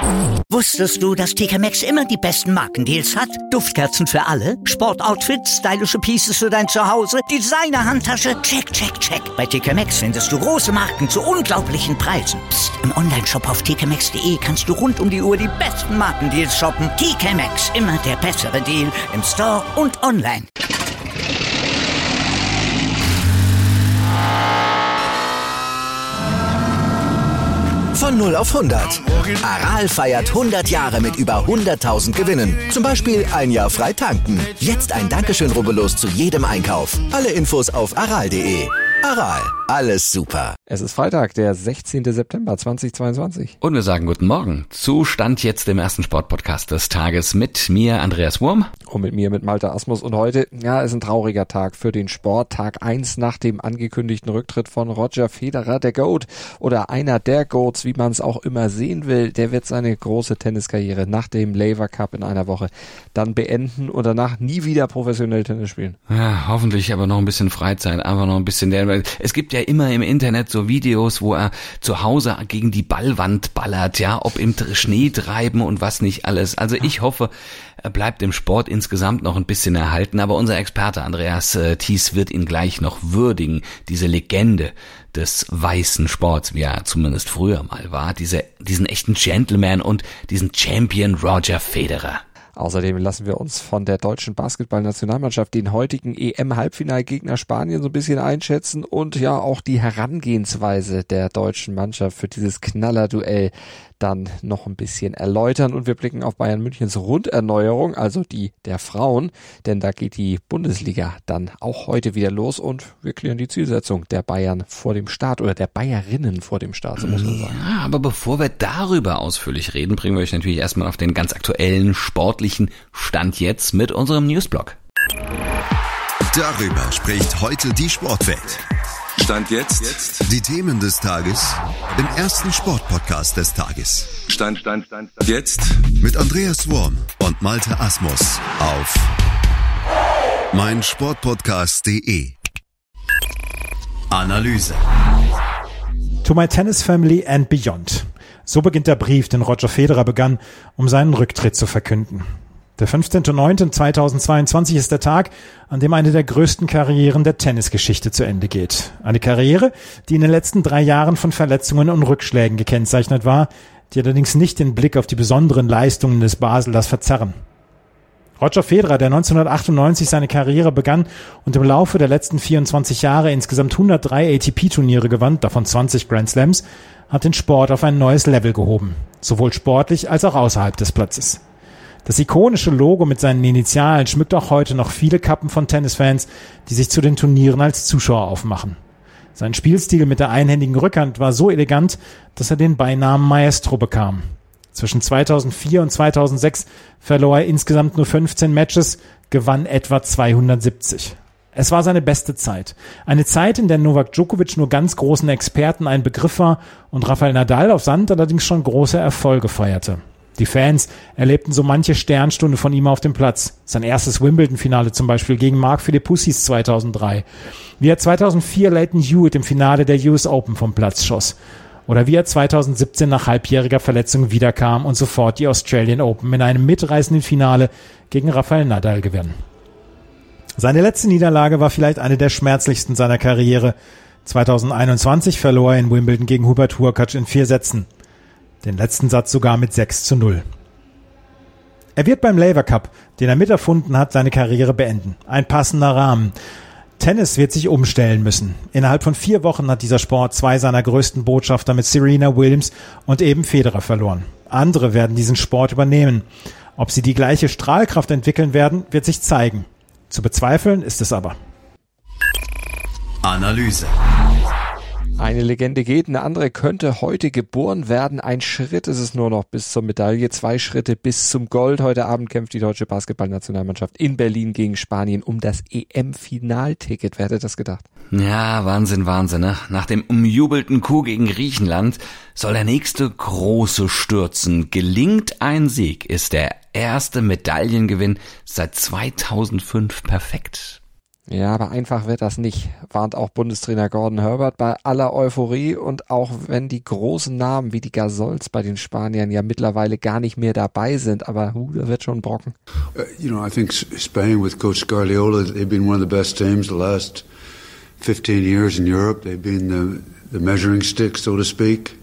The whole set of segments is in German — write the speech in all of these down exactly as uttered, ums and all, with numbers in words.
Wusstest du, dass T K Maxx immer die besten Markendeals hat? Duftkerzen für alle, Sportoutfits, stylische Pieces für dein Zuhause, Designer-Handtasche, check, check, check. Bei T K Maxx findest du große Marken zu unglaublichen Preisen. Psst. Im Onlineshop auf t k maxx punkt d e kannst du rund um die Uhr die besten Markendeals shoppen. T K Maxx, immer der bessere Deal im Store und online. Von null auf hundert. Aral feiert hundert Jahre mit über hunderttausend Gewinnen. Zum Beispiel ein Jahr frei tanken. Jetzt ein Dankeschön, rubbellos zu jedem Einkauf. Alle Infos auf aral punkt de. Aral, alles super. Es ist Freitag, der sechzehnten September zweitausendzweiundzwanzig. Und wir sagen guten Morgen. Zustand jetzt im ersten Sportpodcast des Tages mit mir, Andreas Wurm. Und mit mir, mit Malte Asmus. Und heute, ja, ist ein trauriger Tag für den Sport. Tag eins nach dem angekündigten Rücktritt von Roger Federer, der GOAT. Oder einer der GOATs, wie man es auch immer sehen will. Der wird seine große Tenniskarriere nach dem Laver Cup in einer Woche dann beenden und danach nie wieder professionell Tennis spielen. Ja, hoffentlich aber noch ein bisschen Freizeit, einfach noch ein bisschen der. Es gibt ja immer im Internet so Videos, wo er zu Hause gegen die Ballwand ballert, ja, ob im Schnee treiben und was nicht alles. Also ich hoffe, er bleibt im Sport insgesamt noch ein bisschen erhalten, aber unser Experte Andreas äh, Thies wird ihn gleich noch würdigen, diese Legende des weißen Sports, wie er zumindest früher mal war, diese, diesen echten Gentleman und diesen Champion Roger Federer. Außerdem lassen wir uns von der deutschen Basketballnationalmannschaft den heutigen E M-Halbfinalgegner Spanien so ein bisschen einschätzen und ja auch die Herangehensweise der deutschen Mannschaft für dieses Knallerduell dann noch ein bisschen erläutern. Und wir blicken auf Bayern Münchens Runderneuerung, also die der Frauen, denn da geht die Bundesliga dann auch heute wieder los und wir klären die Zielsetzung der Bayern vor dem Start oder der Bayerinnen vor dem Start, so muss man sagen. Ja, aber bevor wir darüber ausführlich reden, bringen wir euch natürlich erstmal auf den ganz aktuellen sportlichen Stand jetzt mit unserem Newsblog. Darüber spricht heute die Sportwelt. Stand jetzt. jetzt die Themen des Tages im ersten Sportpodcast des Tages. Stand, Stand, Stand, Stand. Jetzt mit Andreas Wurm und Malte Asmus auf meinsportpodcast punkt de. Analyse. To my tennis family and beyond. So beginnt der Brief, den Roger Federer begann, um seinen Rücktritt zu verkünden. Der fünfzehnten neunten zweitausendzweiundzwanzig ist der Tag, an dem eine der größten Karrieren der Tennisgeschichte zu Ende geht. Eine Karriere, die in den letzten drei Jahren von Verletzungen und Rückschlägen gekennzeichnet war, die allerdings nicht den Blick auf die besonderen Leistungen des Baselers verzerren. Roger Federer, der neunzehnhundertachtundneunzig seine Karriere begann und im Laufe der letzten vierundzwanzig Jahre insgesamt hundertdrei A T P-Turniere gewann, davon zwanzig Grand Slams, hat den Sport auf ein neues Level gehoben, sowohl sportlich als auch außerhalb des Platzes. Das ikonische Logo mit seinen Initialen schmückt auch heute noch viele Kappen von Tennisfans, die sich zu den Turnieren als Zuschauer aufmachen. Sein Spielstil mit der einhändigen Rückhand war so elegant, dass er den Beinamen Maestro bekam. Zwischen zweitausendvier und zweitausendsechs verlor er insgesamt nur fünfzehn Matches, gewann etwa zweihundertsiebzig. Es war seine beste Zeit. Eine Zeit, in der Novak Djokovic nur ganz großen Experten ein Begriff war und Rafael Nadal auf Sand allerdings schon große Erfolge feierte. Die Fans erlebten so manche Sternstunde von ihm auf dem Platz. Sein erstes Wimbledon-Finale zum Beispiel gegen Mark Philippoussis zweitausenddrei. Wie er zweitausendvier Lleyton Hewitt im Finale der U S Open vom Platz schoss. Oder wie er zweitausendsiebzehn nach halbjähriger Verletzung wiederkam und sofort die Australian Open in einem mitreißenden Finale gegen Rafael Nadal gewann. Seine letzte Niederlage war vielleicht eine der schmerzlichsten seiner Karriere. zweitausendeinundzwanzig verlor er in Wimbledon gegen Hubert Hurkacz in vier Sätzen. Den letzten Satz sogar mit sechs zu null. Er wird beim Laver Cup, den er miterfunden hat, seine Karriere beenden. Ein passender Rahmen. Tennis wird sich umstellen müssen. Innerhalb von vier Wochen hat dieser Sport zwei seiner größten Botschafter mit Serena Williams und eben Federer verloren. Andere werden diesen Sport übernehmen. Ob sie die gleiche Strahlkraft entwickeln werden, wird sich zeigen. Zu bezweifeln ist es aber. Analyse. Eine Legende geht, eine andere könnte heute geboren werden. Ein Schritt ist es nur noch bis zur Medaille, zwei Schritte bis zum Gold. Heute Abend kämpft die deutsche Basketballnationalmannschaft in Berlin gegen Spanien um das E M-Finalticket. Wer hätte das gedacht? Ja, Wahnsinn, Wahnsinn, ne? Nach dem umjubelten Coup gegen Griechenland soll der nächste große stürzen. Gelingt ein Sieg, ist der erste Medaillengewinn seit zweitausendfünf perfekt. Ja, aber einfach wird das nicht, warnt auch Bundestrainer Gordon Herbert bei aller Euphorie und auch wenn die großen Namen wie die Gasols bei den Spaniern ja mittlerweile gar nicht mehr dabei sind, aber hu, da wird schon ein Brocken. Uh, you know, I think Spain with Coach Guardiola, they've been one of the best teams the last fifteen years in Europe. They've been the, the measuring stick, so to speak.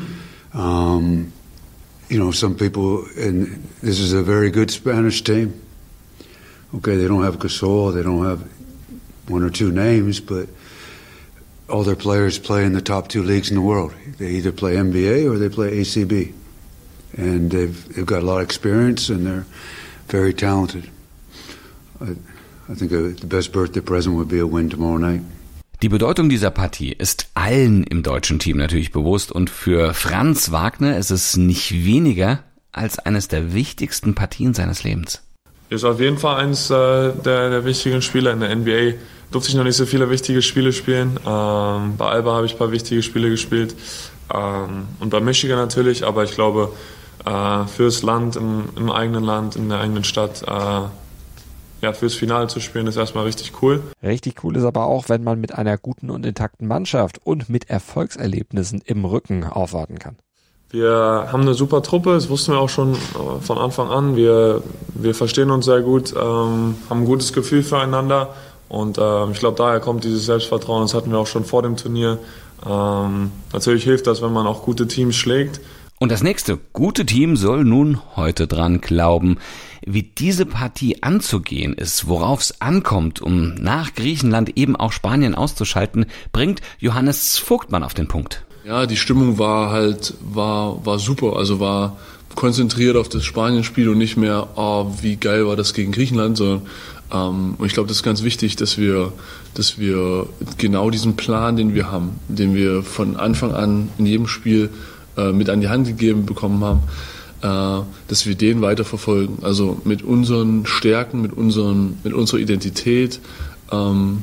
Um, you know, some people, and this is a very good Spanish team. Okay, they don't have Gasol, they don't have one or two names, but all their players play in the top two leagues in the world. They either play N B A or they play A C B. And they've, they've got a lot of experience and they're very talented. I, I think a, the best birthday present would be a win tomorrow night. Die Bedeutung dieser Partie ist allen im deutschen Team natürlich bewusst und für Franz Wagner ist es nicht weniger als eines der wichtigsten Partien seines Lebens. Ist auf jeden Fall eines äh, der, der wichtigen Spieler in der N B A. Durfte ich noch nicht so viele wichtige Spiele spielen. Ähm, bei Alba habe ich ein paar wichtige Spiele gespielt. Ähm, und bei Michigan natürlich, aber ich glaube, äh, fürs Land, im, im eigenen Land, in der eigenen Stadt, äh, ja, fürs Finale zu spielen, ist erstmal richtig cool. Richtig cool ist aber auch, wenn man mit einer guten und intakten Mannschaft und mit Erfolgserlebnissen im Rücken aufwarten kann. Wir haben eine super Truppe, das wussten wir auch schon von Anfang an. Wir, wir verstehen uns sehr gut, ähm, haben ein gutes Gefühl füreinander und ähm, ich glaube, daher kommt dieses Selbstvertrauen. Das hatten wir auch schon vor dem Turnier. Ähm, natürlich hilft das, wenn man auch gute Teams schlägt. Und das nächste gute Team soll nun heute dran glauben. Wie diese Partie anzugehen ist, worauf es ankommt, um nach Griechenland eben auch Spanien auszuschalten, bringt Johannes Vogtmann auf den Punkt. Ja, die Stimmung war halt, war, war super, also war konzentriert auf das Spanien-Spiel und nicht mehr, oh, wie geil war das gegen Griechenland, sondern, ähm, und ich glaube, das ist ganz wichtig, dass wir, dass wir genau diesen Plan, den wir haben, den wir von Anfang an in jedem Spiel äh, mit an die Hand gegeben bekommen haben, äh, dass wir den weiterverfolgen, also mit unseren Stärken, mit unseren, mit unserer Identität, ähm,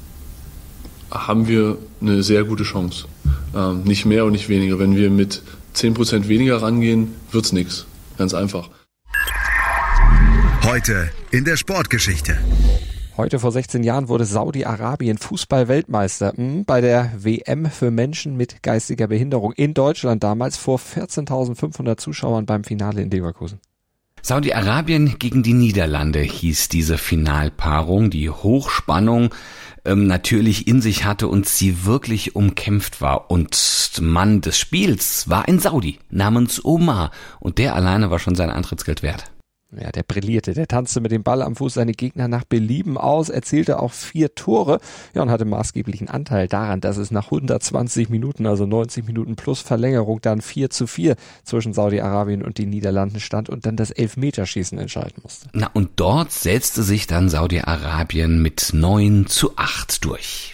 haben wir eine sehr gute Chance. Ähm, nicht mehr und nicht weniger. Wenn wir mit zehn Prozent weniger rangehen, wird's nix. Ganz einfach. Heute in der Sportgeschichte. Heute vor sechzehn Jahren wurde Saudi-Arabien Fußball-Weltmeister hm, bei der W M für Menschen mit geistiger Behinderung in Deutschland damals vor vierzehntausendfünfhundert Zuschauern beim Finale in Leverkusen. Saudi-Arabien gegen die Niederlande hieß diese Finalpaarung, die Hochspannung ähm, natürlich in sich hatte und sie wirklich umkämpft war. Und Mann des Spiels war ein Saudi namens Omar und der alleine war schon sein Eintrittsgeld wert. Ja, der brillierte, der tanzte mit dem Ball am Fuß seine Gegner nach Belieben aus, erzielte auch vier Tore, ja, und hatte maßgeblichen Anteil daran, dass es nach hundertzwanzig Minuten, also neunzig Minuten plus Verlängerung, dann vier zu vier zwischen Saudi-Arabien und den Niederlanden stand und dann das Elfmeterschießen entscheiden musste. Na, und dort setzte sich dann Saudi-Arabien mit neun zu acht durch.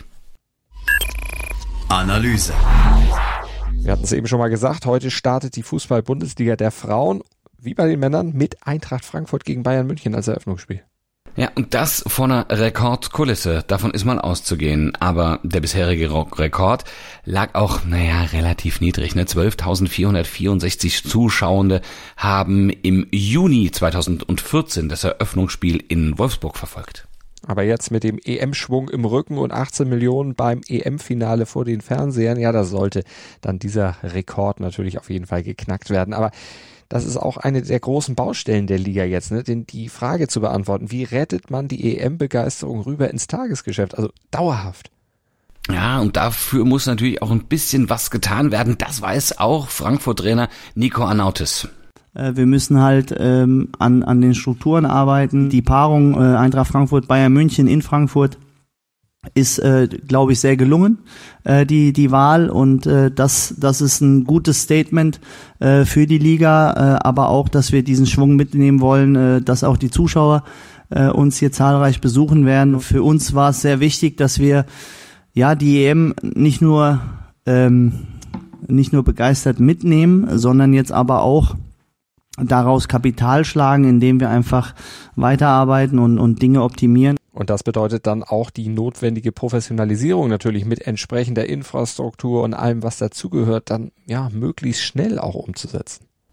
Analyse. Wir hatten es eben schon mal gesagt, heute startet die Fußball-Bundesliga der Frauen, wie bei den Männern, mit Eintracht Frankfurt gegen Bayern München als Eröffnungsspiel. Ja, und das vor einer Rekordkulisse, davon ist mal auszugehen. Aber der bisherige Rekord lag auch, naja, relativ niedrig. Ne? zwölftausendvierhundertvierundsechzig Zuschauende haben im Juni zweitausendvierzehn das Eröffnungsspiel in Wolfsburg verfolgt. Aber jetzt mit dem E M-Schwung im Rücken und achtzehn Millionen beim E M-Finale vor den Fernsehern, ja, da sollte dann dieser Rekord natürlich auf jeden Fall geknackt werden. Aber das ist auch eine der großen Baustellen der Liga jetzt, ne? Denn die Frage zu beantworten, wie rettet man die E M-Begeisterung rüber ins Tagesgeschäft, also dauerhaft? Ja, und dafür muss natürlich auch ein bisschen was getan werden. Das weiß auch Frankfurt-Trainer Nico Arnautis. Wir müssen halt ähm, an, an den Strukturen arbeiten. Die Paarung äh, Eintracht Frankfurt, Bayern München in Frankfurt ist, äh, glaube ich, sehr gelungen, äh, die die Wahl, und äh, das das ist ein gutes Statement äh, für die Liga, äh, aber auch, dass wir diesen Schwung mitnehmen wollen, äh, dass auch die Zuschauer äh, uns hier zahlreich besuchen werden. Für uns war es sehr wichtig, dass wir ja die E M nicht nur ähm, nicht nur begeistert mitnehmen, sondern jetzt aber auch daraus Kapital schlagen, indem wir einfach weiterarbeiten und, und Dinge optimieren. Und das bedeutet dann auch die notwendige Professionalisierung natürlich mit entsprechender Infrastruktur und allem, was dazugehört, dann ja möglichst schnell auch umzusetzen.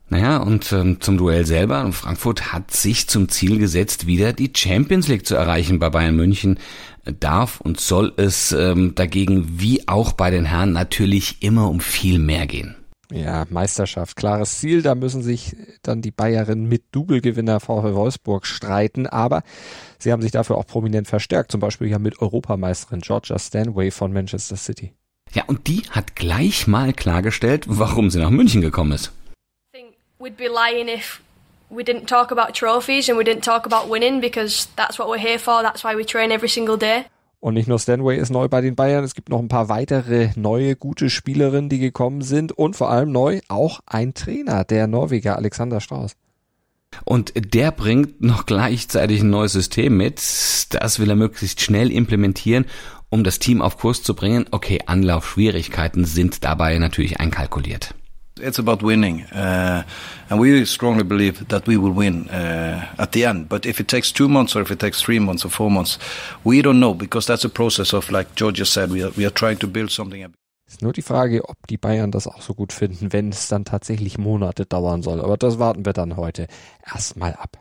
Naja, und ähm, zum Duell selber. Frankfurt hat sich zum Ziel gesetzt, wieder die Champions League zu erreichen bei Bayern München. Darf und soll es ähm, dagegen wie auch bei den Herren natürlich immer um viel mehr gehen. Ja, Meisterschaft, klares Ziel. Da müssen sich dann die Bayerinnen mit Doublegewinner VfL Wolfsburg streiten. Aber sie haben sich dafür auch prominent verstärkt. Zum Beispiel ja mit Europameisterin Georgia Stanway von Manchester City. Ja, und die hat gleich mal klargestellt, warum sie nach München gekommen ist. I think we'd be lying if we didn't talk about trophies and we didn't talk about winning, because that's what we're here for. That's why we train every single day. Und nicht nur Stanway ist neu bei den Bayern, es gibt noch ein paar weitere neue, gute Spielerinnen, die gekommen sind. Und vor allem neu auch ein Trainer, der Norweger Alexander Strauß. Und der bringt noch gleichzeitig ein neues System mit. Das will er möglichst schnell implementieren, um das Team auf Kurs zu bringen. Okay, Anlaufschwierigkeiten sind dabei natürlich einkalkuliert. It's about winning, uh, and we strongly believe that we will win uh, at the end. But if it takes two months or if it takes three months or four months, we don't know, because that's a process of, like Georgia said, we are, we are trying to build something. Ist nur die Frage, ob die Bayern das auch so gut finden, wenn es dann tatsächlich Monate dauern soll. Aber das warten wir dann heute erstmal ab.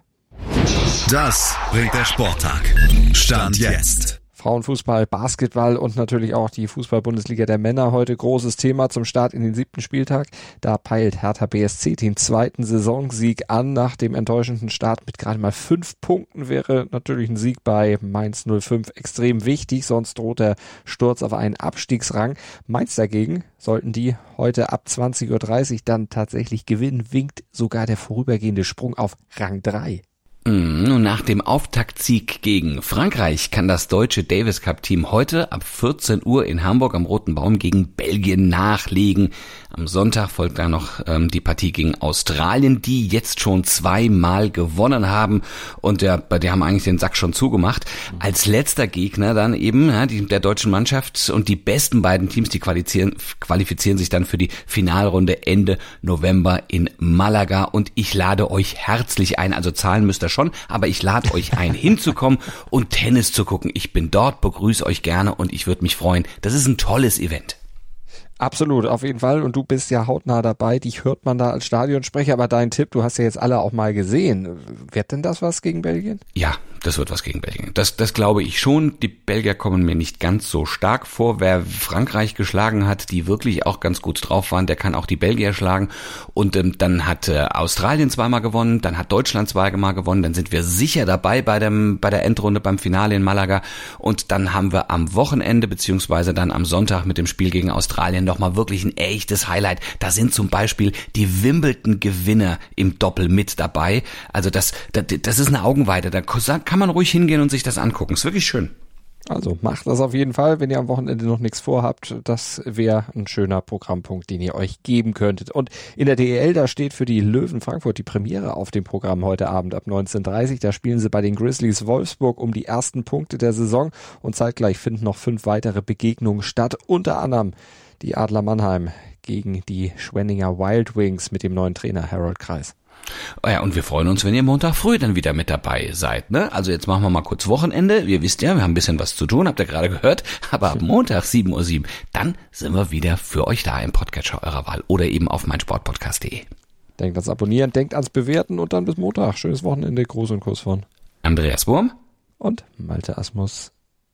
Das bringt der Sporttag. Stand jetzt. Frauenfußball, Basketball und natürlich auch die Fußball-Bundesliga der Männer heute großes Thema zum Start in den siebten Spieltag. Da peilt Hertha B S C den zweiten Saisonsieg an. Nach dem enttäuschenden Start mit gerade mal fünf Punkten wäre natürlich ein Sieg bei Mainz null fünf extrem wichtig, sonst droht der Sturz auf einen Abstiegsrang. Mainz dagegen, sollten die heute ab zwanzig Uhr dreißig dann tatsächlich gewinnen, winkt sogar der vorübergehende Sprung auf Rang drei. Und nach dem Auftaktsieg gegen Frankreich kann das deutsche Davis Cup Team heute ab vierzehn Uhr in Hamburg am Roten Baum gegen Belgien nachlegen. Am Sonntag folgt dann noch ähm, die Partie gegen Australien, die jetzt schon zweimal gewonnen haben und der, bei der haben eigentlich den Sack schon zugemacht. Als letzter Gegner dann eben ja, die, der deutschen Mannschaft und die besten beiden Teams, die qualifizieren, qualifizieren sich dann für die Finalrunde Ende November in Malaga und ich lade euch herzlich ein, also zahlen müsst ihr schon, aber ich lade euch ein, hinzukommen und Tennis zu gucken. Ich bin dort, begrüße euch gerne und ich würde mich freuen. Das ist ein tolles Event. Absolut, auf jeden Fall. Und du bist ja hautnah dabei. Dich hört man da als Stadionsprecher. Aber dein Tipp, du hast ja jetzt alle auch mal gesehen. Wird denn das was gegen Belgien? Ja, das wird was gegen Belgien. Das, das glaube ich schon. Die Belgier kommen mir nicht ganz so stark vor. Wer Frankreich geschlagen hat, die wirklich auch ganz gut drauf waren, der kann auch die Belgier schlagen. Und ähm, dann hat äh, Australien zweimal gewonnen, dann hat Deutschland zweimal gewonnen. Dann sind wir sicher dabei bei dem bei der Endrunde beim Finale in Malaga. Und dann haben wir am Wochenende beziehungsweise dann am Sonntag mit dem Spiel gegen Australien nochmal wirklich ein echtes Highlight. Da sind zum Beispiel die Wimbledon-Gewinner im Doppel mit dabei. Also das, das, das ist eine Augenweide. Da kann man ruhig hingehen und sich das angucken. Ist wirklich schön. Also macht das auf jeden Fall, wenn ihr am Wochenende noch nichts vorhabt. Das wäre ein schöner Programmpunkt, den ihr euch geben könntet. Und in der D E L, da steht für die Löwen Frankfurt die Premiere auf dem Programm heute Abend ab neunzehn Uhr dreißig. Da spielen sie bei den Grizzlies Wolfsburg um die ersten Punkte der Saison. Und zeitgleich finden noch fünf weitere Begegnungen statt. Unter anderem die Adler Mannheim gegen die Schwenninger Wild Wings mit dem neuen Trainer Harold Kreis. Ja, und wir freuen uns, wenn ihr Montag früh dann wieder mit dabei seid, ne? Also jetzt machen wir mal kurz Wochenende. Ihr wisst ja, wir haben ein bisschen was zu tun, habt ihr gerade gehört. Aber ab Montag sieben Uhr sieben, dann sind wir wieder für euch da im Podcatcher eurer Wahl oder eben auf meinsportpodcast punkt de. Denkt ans Abonnieren, denkt ans Bewerten und dann bis Montag. Schönes Wochenende, Gruß und Kuss von Andreas Wurm und Malte Asmus.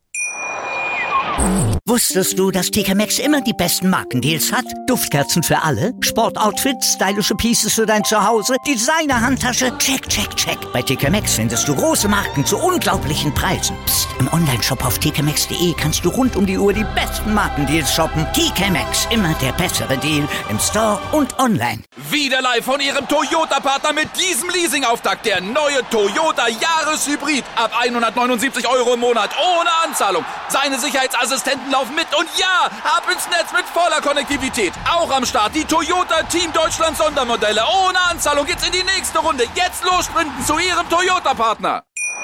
Wusstest du, dass T K Maxx immer die besten Markendeals hat? Duftkerzen für alle, Sportoutfits, stylische Pieces für dein Zuhause, Designer-Handtasche, check, check, check. Bei T K Maxx findest du große Marken zu unglaublichen Preisen. Psst. Im Onlineshop auf t k maxx punkt de kannst du rund um die Uhr die besten Markendeals shoppen. T K Maxx, immer der bessere Deal im Store und online. Wieder live von Ihrem Toyota-Partner mit diesem Leasing-Auftakt. Der neue Toyota Jahreshybrid. Ab hundertneunundsiebzig Euro im Monat ohne Anzahlung. Seine Sicherheitsassistenten laufen mit und ja, ab ins Netz mit voller Konnektivität. Auch am Start die Toyota Team Deutschland Sondermodelle. Ohne Anzahlung geht's in die nächste Runde. Jetzt los sprinten zu Ihrem Toyota-Partner.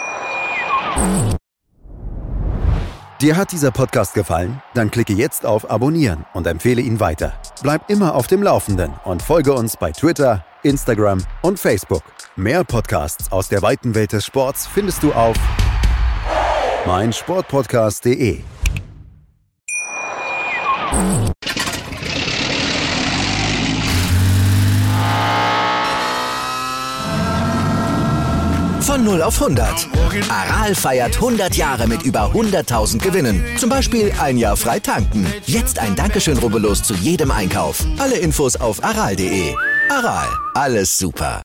Dir hat dieser Podcast gefallen? Dann klicke jetzt auf Abonnieren und empfehle ihn weiter. Bleib immer auf dem Laufenden und folge uns bei Twitter, Instagram und Facebook. Mehr Podcasts aus der weiten Welt des Sports findest du auf meinsportpodcast punkt de. Von null auf hundert. Aral feiert hundert Jahre mit über hunderttausend Gewinnen. Zum Beispiel ein Jahr frei tanken. Jetzt ein Dankeschön, rubbellos zu jedem Einkauf. Alle Infos auf aral punkt de. Aral, alles super.